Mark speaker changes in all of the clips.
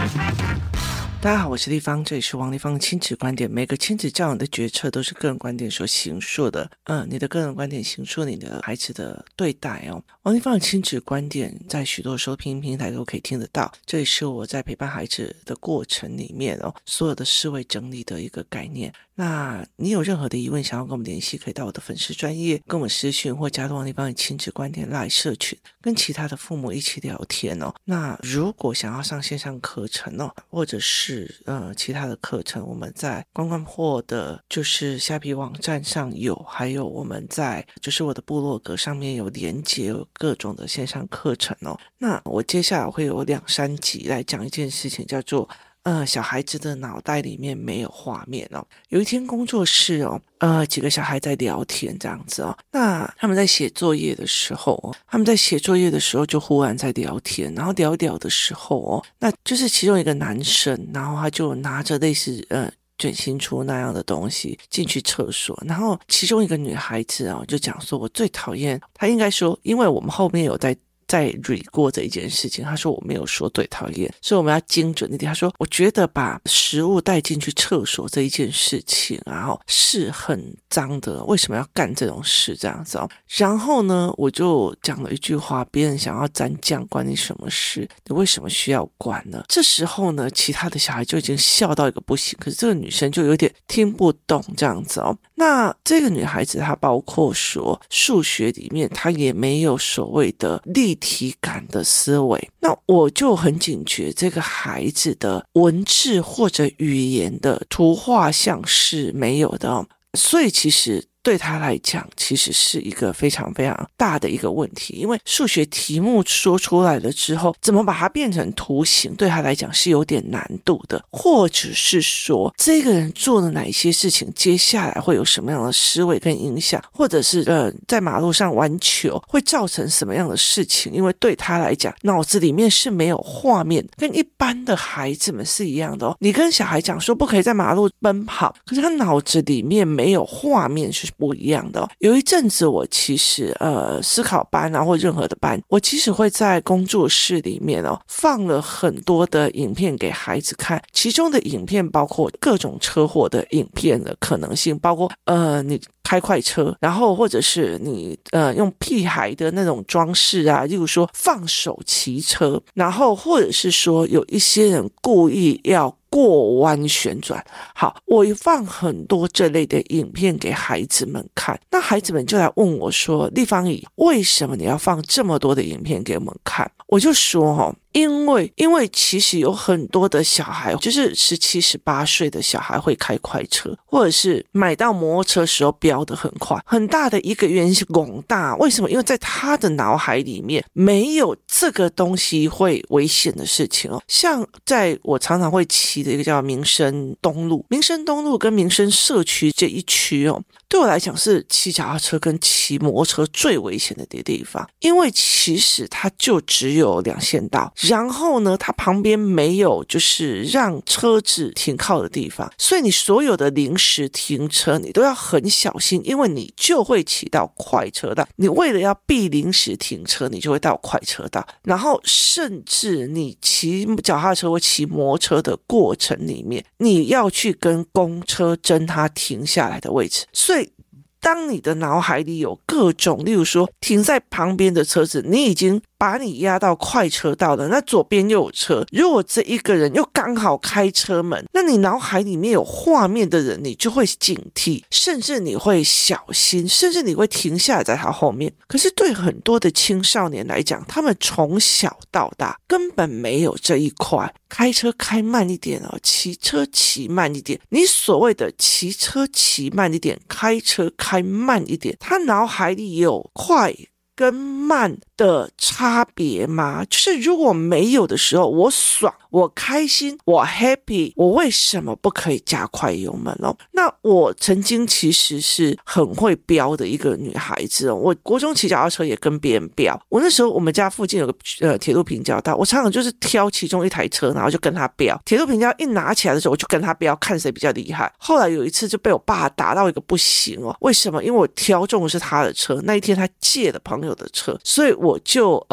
Speaker 1: 大家好，我是立方，这里是王立方的亲子观点。每个亲子教养的决策都是个人观点所形塑的，你的个人观点形塑你的孩子的对待哦。王立方的亲子观点在许多收听平台都可以听得到，这也是我在陪伴孩子的过程里面所有的思维整理的一个概念。那你有任何的疑问想要跟我们联系，可以到我的粉丝专页跟我私讯，或加入王立方的亲子观点 LINE 社群，跟其他的父母一起聊天哦。那如果想要上线上课程或者是其他的课程，我们在观光破的就是虾皮网站上有，还有我们在就是我的部落格上面有连结，有各种的线上课程哦。那我接下来会有2-3集来讲一件事情，叫做小孩子的脑袋里面没有画面哦。有一天工作室几个小孩在聊天这样子哦。那他们在写作业的时候就忽然在聊天，然后聊一聊的时候那就是其中一个男生，然后他就拿着类似卷心出那样的东西进去厕所，然后其中一个女孩子就讲说，我最讨厌，她应该说，因为我们后面有在捋过这一件事情，他说我没有说最讨厌，所以我们要精准一点。他说我觉得把食物带进去厕所这一件事情是很脏的，为什么要干这种事这样子然后呢我就讲了一句话，别人想要沾酱关你什么事，你为什么需要管呢？这时候呢其他的小孩就已经笑到一个不行，可是这个女生就有点听不懂这样子那这个女孩子她包括说数学里面她也没有所谓的立体感的思维，那我就很警觉这个孩子的文字或者语言的图画像是没有的所以其实对他来讲其实是一个非常非常大的一个问题，因为数学题目说出来了之后，怎么把它变成图形对他来讲是有点难度的，或者是说这个人做了哪些事情接下来会有什么样的思维跟影响，或者是在马路上玩球会造成什么样的事情，因为对他来讲脑子里面是没有画面，跟一般的孩子们是一样的你跟小孩讲说不可以在马路奔跑，可是他脑子里面没有画面是不一样的有一阵子我其实思考班或任何的班，我其实会在工作室里面放了很多的影片给孩子看，其中的影片包括各种车祸的影片的可能性，包括你开快车，然后或者是你用屁孩的那种装饰例如说放手骑车，然后或者是说有一些人故意要过弯旋转。好，我放很多这类的影片给孩子们看，那孩子们就来问我说，立方姨，为什么你要放这么多的影片给我们看？我就说因为其实有很多的小孩，就是17、18岁的小孩会开快车，或者是买到摩托车时候飙得很快，很大的一个原因是拱大，为什么？因为在他的脑海里面没有这个东西会危险的事情像在我常常会骑的一个叫民生东路跟民生社区这一区对我来讲是骑脚踏车跟骑摩托车最危险的地方，因为其实它就只有2线道，然后呢它旁边没有就是让车子停靠的地方，所以你所有的临时停车你都要很小心，因为你就会骑到快车道，你为了要避临时停车你就会到快车道，然后甚至你骑脚踏车或骑摩托车的过程里面你要去跟公车争它停下来的位置，所以当你的脑海里有各种例如说停在旁边的车子，你已经把你压到快车道了，那左边又有车，如果这一个人又刚好开车门，那你脑海里面有画面的人你就会警惕，甚至你会小心，甚至你会停下来在他后面。可是对很多的青少年来讲，他们从小到大根本没有这一块，开车开慢一点骑车骑慢一点，你所谓的骑车骑慢一点，开车开慢一点，他脑海里有快跟慢的差别吗？就是如果没有的时候，我爽，我开心，我 happy， 我为什么不可以加快油门那我曾经其实是很会飙的一个女孩子我国中骑脚踏车也跟别人飙，我那时候我们家附近有个铁路平交道，我常常就是挑其中一台车，然后就跟他飙，铁路平交一拿起来的时候我就跟他飙，看谁比较厉害。后来有一次就被我爸打到一个不行为什么？因为我挑中的是他的车，那一天他借了朋友的车，所以我就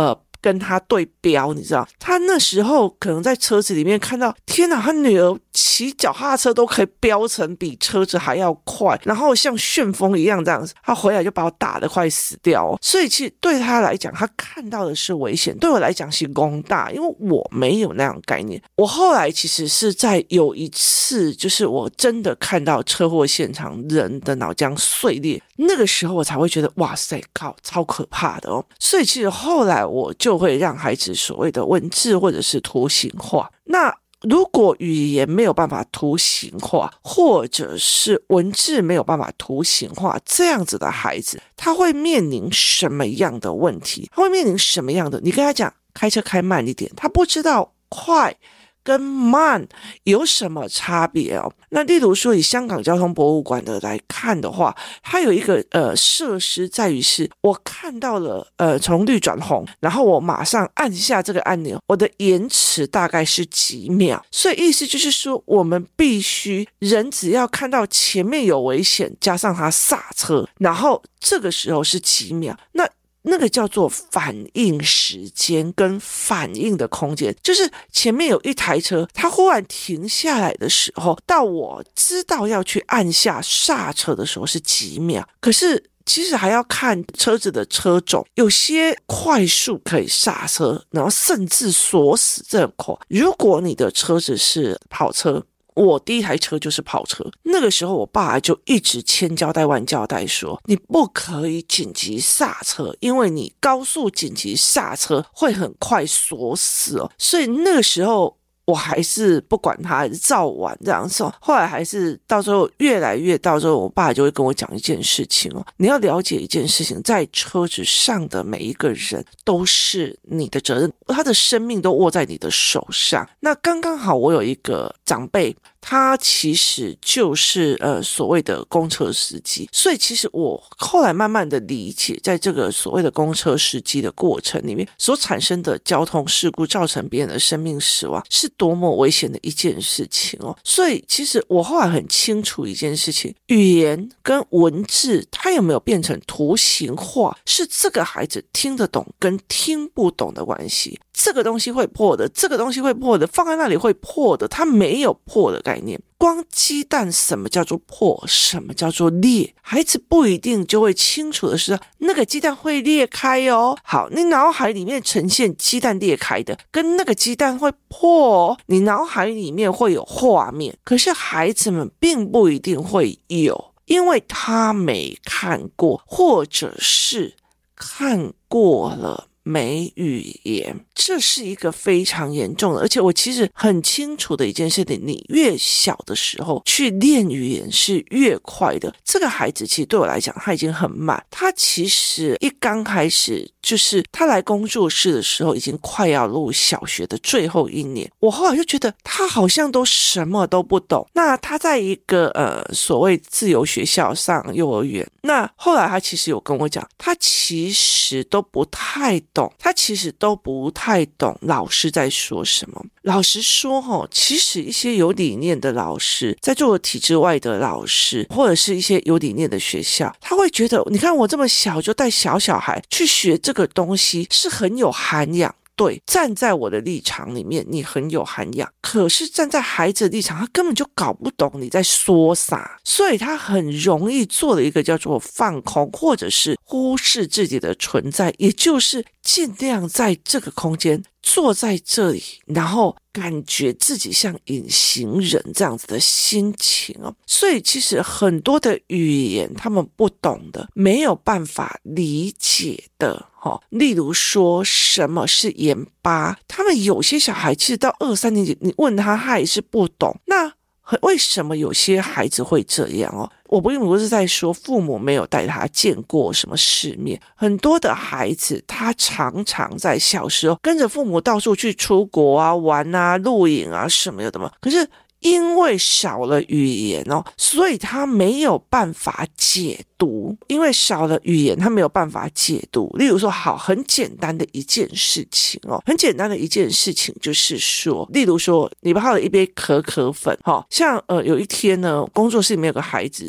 Speaker 1: 跟他对标，你知道，他那时候可能在车子里面看到，天哪，他女儿骑脚踏车都可以飙成比车子还要快，然后像旋风一样这样子，他回来就把我打得快死掉哦。所以其实对他来讲，他看到的是危险，对我来讲是工大，因为我没有那样的概念。我后来其实是在有一次，就是我真的看到车祸现场人的脑浆碎裂，那个时候我才会觉得哇塞，靠，超可怕的哦。所以其实后来我就会让孩子所谓的文字或者是图形化。那如果语言没有办法图形化，或者是文字没有办法图形化，这样子的孩子他会面临什么样的问题？他会面临什么样的？你跟他讲开车开慢一点，他不知道快跟慢有什么差别哦？那例如说以香港交通博物馆的来看的话，它有一个设施在于是我看到了从绿转红，然后我马上按下这个按钮，我的延迟大概是几秒，所以意思就是说我们必须人只要看到前面有危险，加上他刹车，然后这个时候是几秒，那个叫做反应时间跟反应的空间，就是前面有一台车，它忽然停下来的时候，到我知道要去按下刹车的时候是几秒。可是其实还要看车子的车种，有些快速可以刹车，然后甚至锁死这么快。如果你的车子是跑车，我第一台车就是跑车，那个时候我爸就一直千交代万交代说，你不可以紧急刹车，因为你高速紧急刹车会很快锁死哦。所以那个时候我还是不管他，还是照玩这样子。后来还是到最后越来越到最后，我爸就会跟我讲一件事情哦，你要了解一件事情，在车子上的每一个人都是你的责任，他的生命都握在你的手上。那刚刚好我有一个长辈，他其实就是所谓的公车司机，所以其实我后来慢慢的理解，在这个所谓的公车司机的过程里面所产生的交通事故造成别人的生命死亡是多么危险的一件事情哦。所以其实我后来很清楚一件事情，语言跟文字它有没有变成图形化，是这个孩子听得懂跟听不懂的关系。这个东西会破的，这个东西会破的，放在那里会破的，它没有破的概念。光鸡蛋什么叫做破，什么叫做裂，孩子不一定就会清楚的是那个鸡蛋会裂开哦。好，你脑海里面呈现鸡蛋裂开的跟那个鸡蛋会破哦，你脑海里面会有画面，可是孩子们并不一定会有，因为他没看过，或者是看过了没语言，这是一个非常严重的。而且我其实很清楚的一件事情，你越小的时候去练语言是越快的。这个孩子其实对我来讲他已经很慢，他其实一刚开始就是他来工作室的时候已经快要入小学的最后一年，我后来就觉得他好像都什么都不懂。那他在一个所谓自由学校上幼儿园，那后来他其实有跟我讲，他其实都不太懂，他其实都不太懂老师在说什么。老实说其实一些有理念的老师，在做体制外的老师，或者是一些有理念的学校，他会觉得你看我这么小就带小孩去学这个东西是很有涵养。对，站在我的立场里面你很有涵养，可是站在孩子的立场他根本就搞不懂你在说啥，所以他很容易做了一个叫做放空，或者是忽视自己的存在，也就是尽量在这个空间坐在这里，然后感觉自己像隐形人这样子的心情哦。所以其实很多的语言他们不懂的，没有办法理解的例如说什么是盐巴，他们有些小孩其实到2、3年级你问他也是不懂。那为什么有些孩子会这样我并不是在说父母没有带他见过什么世面，很多的孩子他常常在小时候跟着父母到处去出国啊、玩啊、露营啊什么的嘛，可是因为少了语言所以他没有办法解读，因为少了语言他没有办法解读。例如说很简单的一件事情很简单的一件事情就是说，例如说你泡了一杯可可粉像有一天呢，工作室里面有个孩子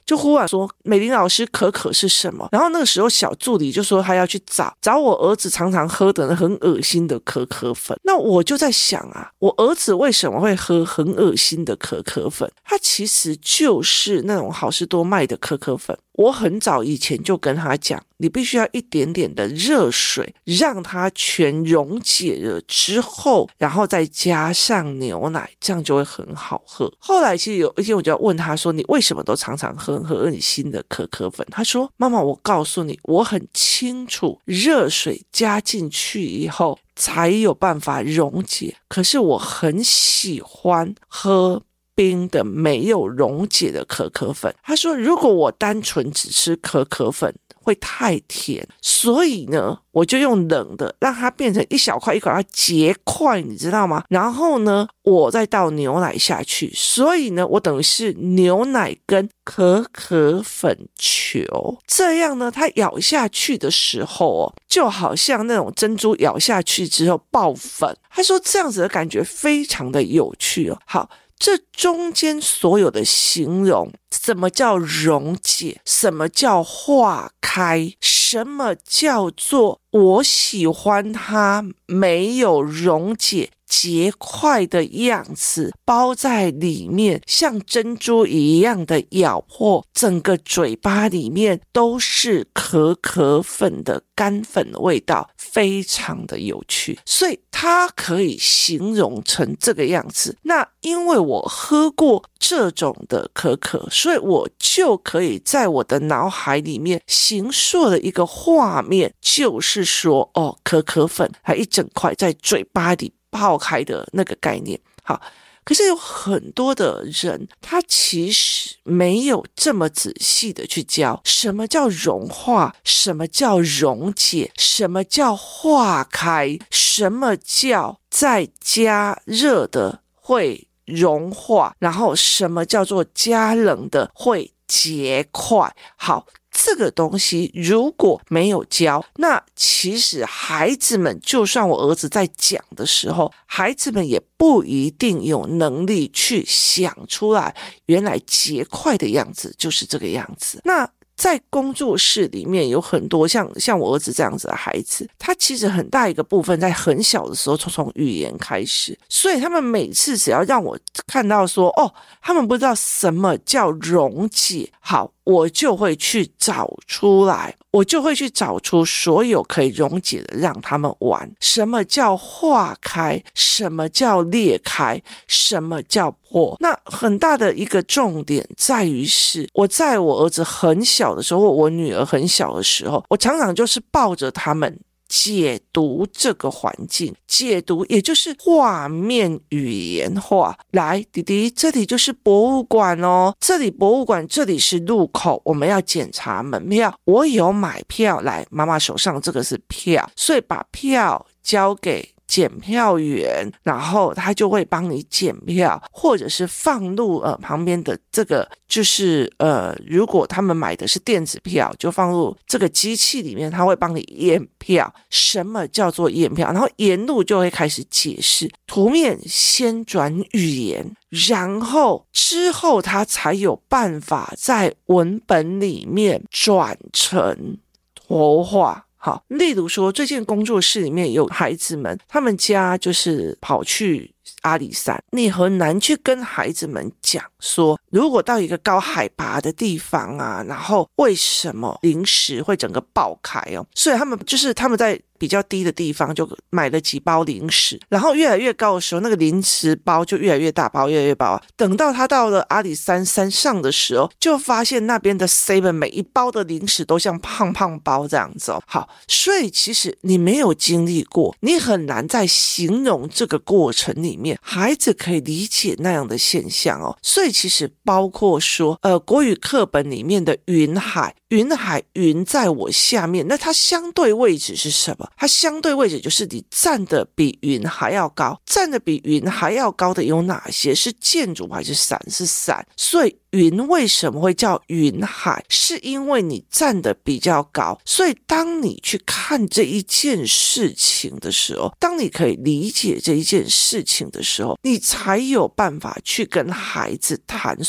Speaker 1: 就忽然说美玲老师可可是什么，然后那个时候小助理就说他要去找我儿子常常喝的很恶心的可可粉。那我就在想啊，我儿子为什么会喝很恶心的可可粉？它其实就是那种好事多卖的可可粉。我很早以前就跟他讲，你必须要一点点的热水让它全溶解了之后，然后再加上牛奶，这样就会很好喝。后来其实有一天我就要问他说，你为什么都常常喝很恶心的可可粉？他说，妈妈，我告诉你，我很清楚热水加进去以后才有办法溶解，可是我很喜欢喝冰的没有溶解的可可粉。他说如果我单纯只吃可可粉会太甜，所以呢我就用冷的让它变成一小块一块，要结块，你知道吗？然后呢我再倒牛奶下去，所以呢我等于是牛奶跟可可粉球，这样呢它咬下去的时候就好像那种珍珠咬下去之后爆粉。他说这样子的感觉非常的有趣好，这中间所有的形容，什么叫溶解，什么叫化开，什么叫做我喜欢它没有溶解结块的样子，包在里面像珍珠一样的咬破，整个嘴巴里面都是可可粉的干粉的味道，非常的有趣。所以它可以形容成这个样子。那因为我喝过这种的可可，所以我就可以在我的脑海里面形塑的一个画面，就是说可可粉还一整块在嘴巴里爆开的那个概念。好，可是有很多的人他其实没有这么仔细的去教什么叫融化，什么叫溶解，什么叫化开，什么叫在加热的会融化，然后什么叫做加冷的会结块。好，这个东西如果没有教，那其实孩子们就算我儿子在讲的时候，孩子们也不一定有能力去想出来原来结块的样子就是这个样子。那在工作室里面有很多像我儿子这样子的孩子，他其实很大一个部分在很小的时候从语言开始，所以他们每次只要让我看到说他们不知道什么叫溶解，好，我就会去找出来，我就会去找出所有可以溶解的让他们玩。什么叫化开，什么叫裂开，什么叫破。那很大的一个重点在于是我在我儿子很小的时候，我女儿很小的时候，我常常就是抱着他们解读这个环境，解读也就是画面语言化。来，弟弟，这里就是博物馆这里博物馆，这里是入口，我们要检查门票，我有买票，来，妈妈手上这个是票，所以把票交给检票员，然后他就会帮你检票，或者是放入旁边的这个就是如果他们买的是电子票，就放入这个机器里面，他会帮你验票。什么叫做验票？然后沿路就会开始解释，图面先转语言，然后之后他才有办法在文本里面转成图画。好，例如说最近工作室里面有孩子们，他们家就是跑去阿里山，你很难去跟孩子们讲说，如果到一个高海拔的地方啊，然后为什么零食会整个爆开所以他们在比较低的地方就买了几包零食，然后越来越高的时候，那个零食包就越来越大包，越来越薄。等到他到了阿里山山上的时候，就发现那边的 7 每一包的零食都像胖胖包这样子好，所以其实你没有经历过，你很难在形容这个过程里面孩子可以理解那样的现象所以其实包括说国语课本里面的云海，云在我下面，那它相对位置是什么？它相对位置就是你站的比云还要高，站的比云还要高的有哪些？是建筑还是伞？是伞。所以云为什么会叫云海？是因为你站得比较高，所以当你去看这一件事情的时候，当你可以理解这一件事情的时候，你才有办法去跟孩子谈说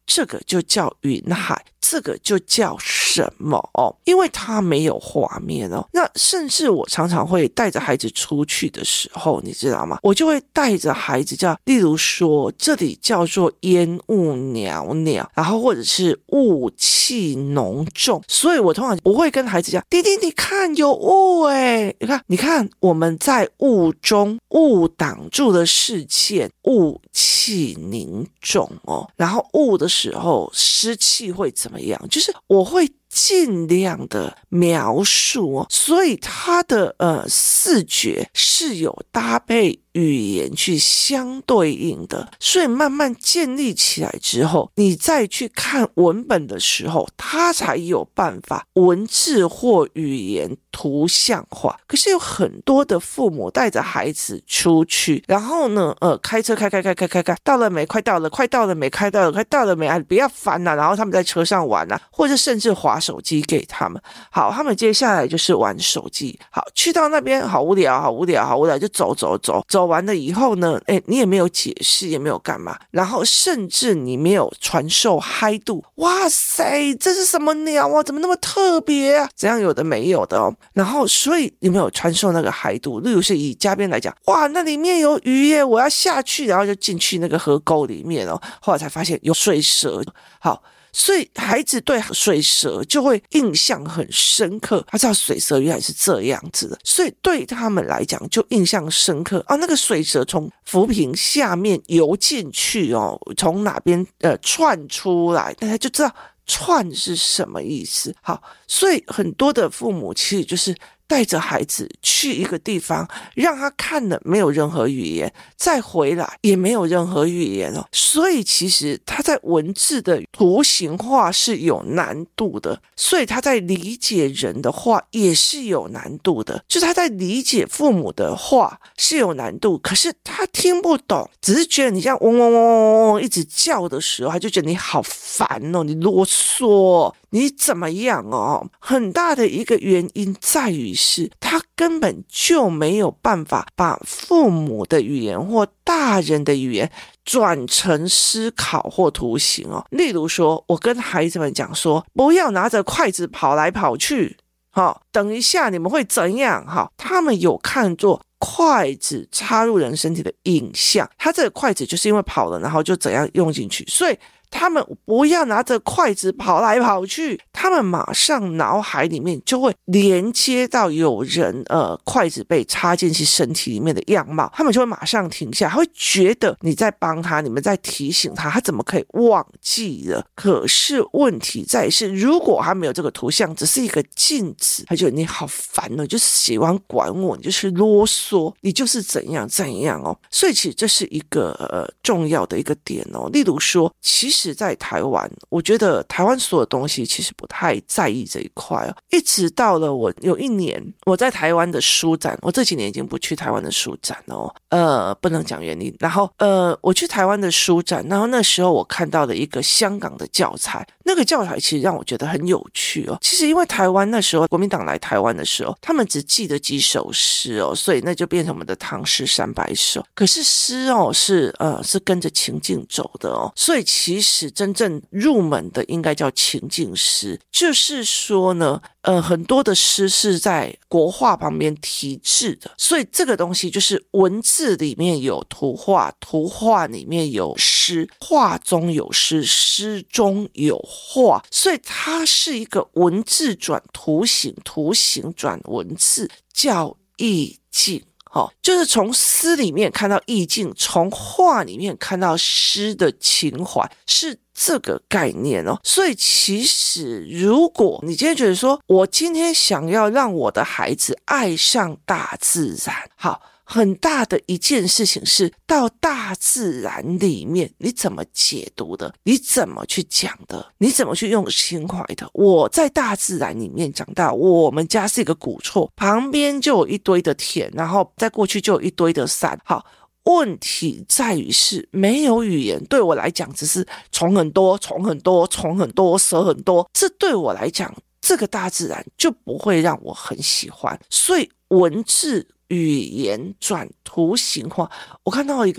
Speaker 1: 这个就叫云海，这个就叫什么哦？因为它没有画面哦。那甚至我常常会带着孩子出去的时候，你知道吗？我就会带着孩子例如说这里叫做烟雾袅袅，然后或者是雾气浓重，所以我通常不会跟孩子讲，弟弟你看有雾诶，你看我们在雾中，雾挡住了视线，雾气凝重哦，然后雾的时候湿气会怎么样？就是我会尽量的描述哦，所以他的视觉是有搭配语言去相对应的，所以慢慢建立起来之后，你再去看文本的时候，它才有办法文字或语言图像化。可是有很多的父母带着孩子出去，然后呢开车开，到了没？快到了，快到了没？快到了没？不要烦了，然后他们在车上玩啊，或者甚至滑手机给他们。好，他们接下来就是玩手机。好，去到那边好无聊，就走完了以后呢，你也没有解释，也没有干嘛，然后甚至你没有传授嗨度。哇塞，这是什么鸟啊？怎么那么特别啊？怎样有的没有的哦。然后所以你没有传授那个嗨度，例如是以嘉宾来讲，哇，那里面有鱼耶，我要下去，然后就进去那个河沟里面哦，后来才发现有水蛇。好。所以孩子对水蛇就会印象很深刻，他知道水蛇原来是这样子的，所以对他们来讲就印象深刻啊。那个水蛇从浮萍下面游进去哦，从哪边窜出来，大家就知道窜是什么意思。好，所以很多的父母其实就是带着孩子去一个地方，让他看了没有任何语言，再回来也没有任何语言哦。所以其实他在文字的图形化是有难度的，所以他在理解人的话也是有难度的，就是他在理解父母的话是有难度，可是他听不懂，只是觉得你这样嗡嗡嗡嗡嗡一直叫的时候，他就觉得你好烦哦，你啰嗦，你怎么样哦？很大的一个原因在于是他根本就没有办法把父母的语言或大人的语言转成思考或图形哦。例如说，我跟孩子们讲说，不要拿着筷子跑来跑去，等一下你们会怎样？他们有看作筷子插入人身体的影像，他这个筷子就是因为跑了，然后就怎样用进去，所以他们不要拿着筷子跑来跑去，他们马上脑海里面就会连接到有人筷子被插进去身体里面的样貌，他们就会马上停下，他会觉得你在帮他，你们在提醒他，他怎么可以忘记了？可是问题在是，如果他没有这个图像，只是一个镜子，他觉得你好烦哦，你就是喜欢管我，你就是啰嗦，你就是怎样怎样哦。所以其实这是一个重要的一个点哦。例如说，其实在台湾，我觉得台湾所有东西其实不太在意这一块哦。一直到了我有一年我在台湾的书展，我这几年已经不去台湾的书展哦，不能讲原因。然后我去台湾的书展，然后那时候我看到了一个香港的教材，那个教材其实让我觉得很有趣哦。其实因为台湾那时候国民党来台湾的时候，他们只记得几首诗哦，所以那就变成我们的唐诗300首。可是诗哦是跟着情境走的哦，所以其实真正入门的应该叫情境诗，就是说呢很多的诗是在国画旁边题字的，所以这个东西就是文字里面有图画，图画里面有诗，画中有诗，诗中有画，所以它是一个文字转图形，图形转文字，叫意境。就是从诗里面看到意境，从画里面看到诗的情怀，是这个概念哦。所以其实如果你今天觉得说，我今天想要让我的孩子爱上大自然，好，很大的一件事情是到大自然里面你怎么解读的，你怎么去讲的，你怎么去用情怀的。我在大自然里面长大，我们家是一个古厝，旁边就有一堆的田，然后再过去就有一堆的山。好，问题在于是没有语言，对我来讲只是虫很多，蛇很多，这对我来讲这个大自然就不会让我很喜欢。所以文字语言转图形化，我看到一个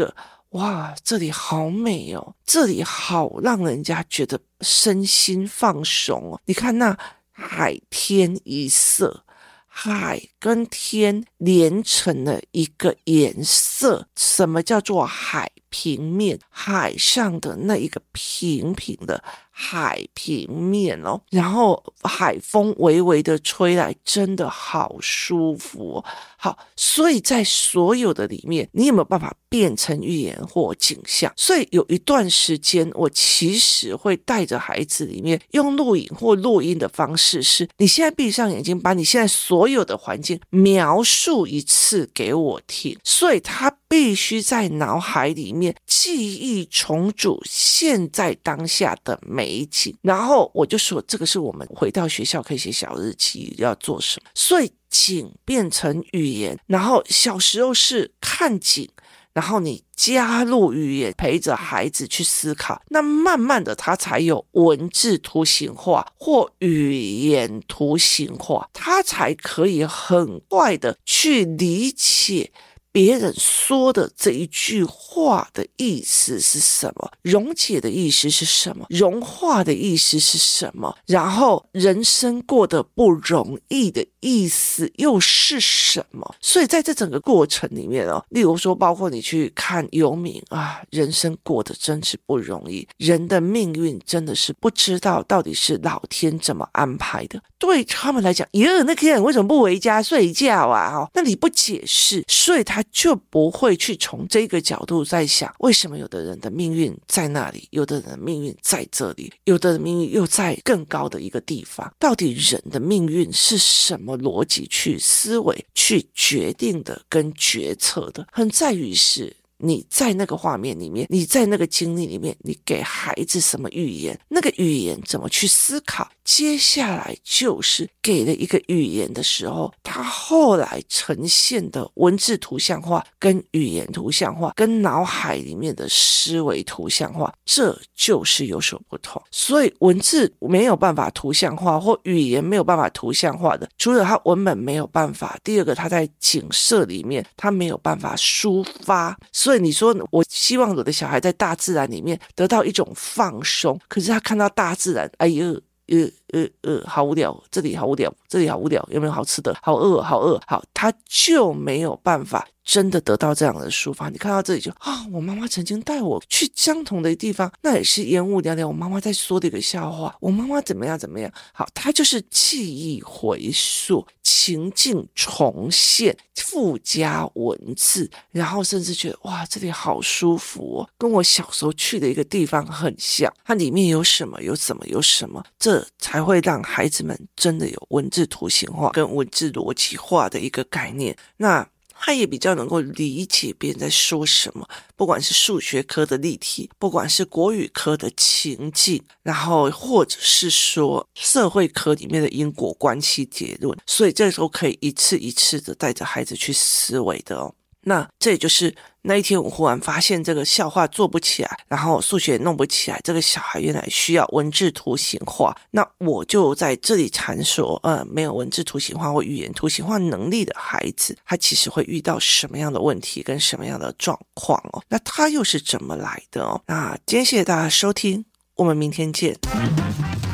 Speaker 1: 哇，这里好美哦，这里好让人家觉得身心放松哦。你看那海天一色，海跟天连成了一个颜色。什么叫做海平面？海上的那一个平平的海平面哦，然后海风微微的吹来，真的好舒服哦。好，所以在所有的里面，你有没有办法变成语言或景象？所以有一段时间，我其实会带着孩子里面用录影或录音的方式是，你现在闭上眼睛，把你现在所有的环境描述一次给我听，所以他必须在脑海里面记忆重组现在当下的美景，然后我就说这个是我们回到学校可以写小日记要做什么，所以景变成语言，然后小时候是看景，然后你加入语言，陪着孩子去思考，那慢慢的他才有文字图形化或语言图形化，他才可以很快的去理解别人说的这一句话的意思是什么，溶解的意思是什么，融化的意思是什么，然后人生过得不容易的意思又是什么。所以在这整个过程里面哦，例如说包括你去看游民啊，人生过得真是不容易，人的命运真的是不知道到底是老天怎么安排的。对他们来讲，那个人为什么不回家睡觉啊？那你不解释，所以他就不会去从这个角度在想，为什么有的人的命运在那里，有的人的命运在这里，有的人命运又在更高的一个地方。到底人的命运是什么逻辑去思维、去决定的跟决策的？很在于是你在那个画面里面，你在那个经历里面，你给孩子什么语言，那个语言怎么去思考，接下来就是给了一个语言的时候，他后来呈现的文字图像化跟语言图像化跟脑海里面的思维图像化，这就是有所不同。所以文字没有办法图像化或语言没有办法图像化的，除了他文本没有办法，第二个他在景色里面他没有办法抒发。所以你说我希望我的小孩在大自然里面得到一种放松，可是他看到大自然，哎呦好无聊，这里好无聊，这里好无聊，有没有好吃的？好饿，好饿，好，他就没有办法真的得到这样的抒发。你看到这里就我妈妈曾经带我去相同的地方，那也是烟雾缭绕，我妈妈在说的一个笑话，我妈妈怎么样怎么样。好，他就是记忆回溯，情境重现，附加文字，然后甚至觉得哇，这里好舒服哦，跟我小时候去的一个地方很像。它里面有什么，有什么，有什么，这才会让孩子们真的有文字图形化跟文字逻辑化的一个概念。那他也比较能够理解别人在说什么，不管是数学科的例题，不管是国语科的情境，然后或者是说社会科里面的因果关系结论，所以这时候可以一次一次的带着孩子去思维的哦。那这也就是那一天我忽然发现这个笑话做不起来，然后数学弄不起来，这个小孩原来需要文字图形化。那我就在这里阐述没有文字图形化或语言图形化能力的孩子，他其实会遇到什么样的问题跟什么样的状况哦，那他又是怎么来的哦。那今天谢谢大家收听，我们明天见。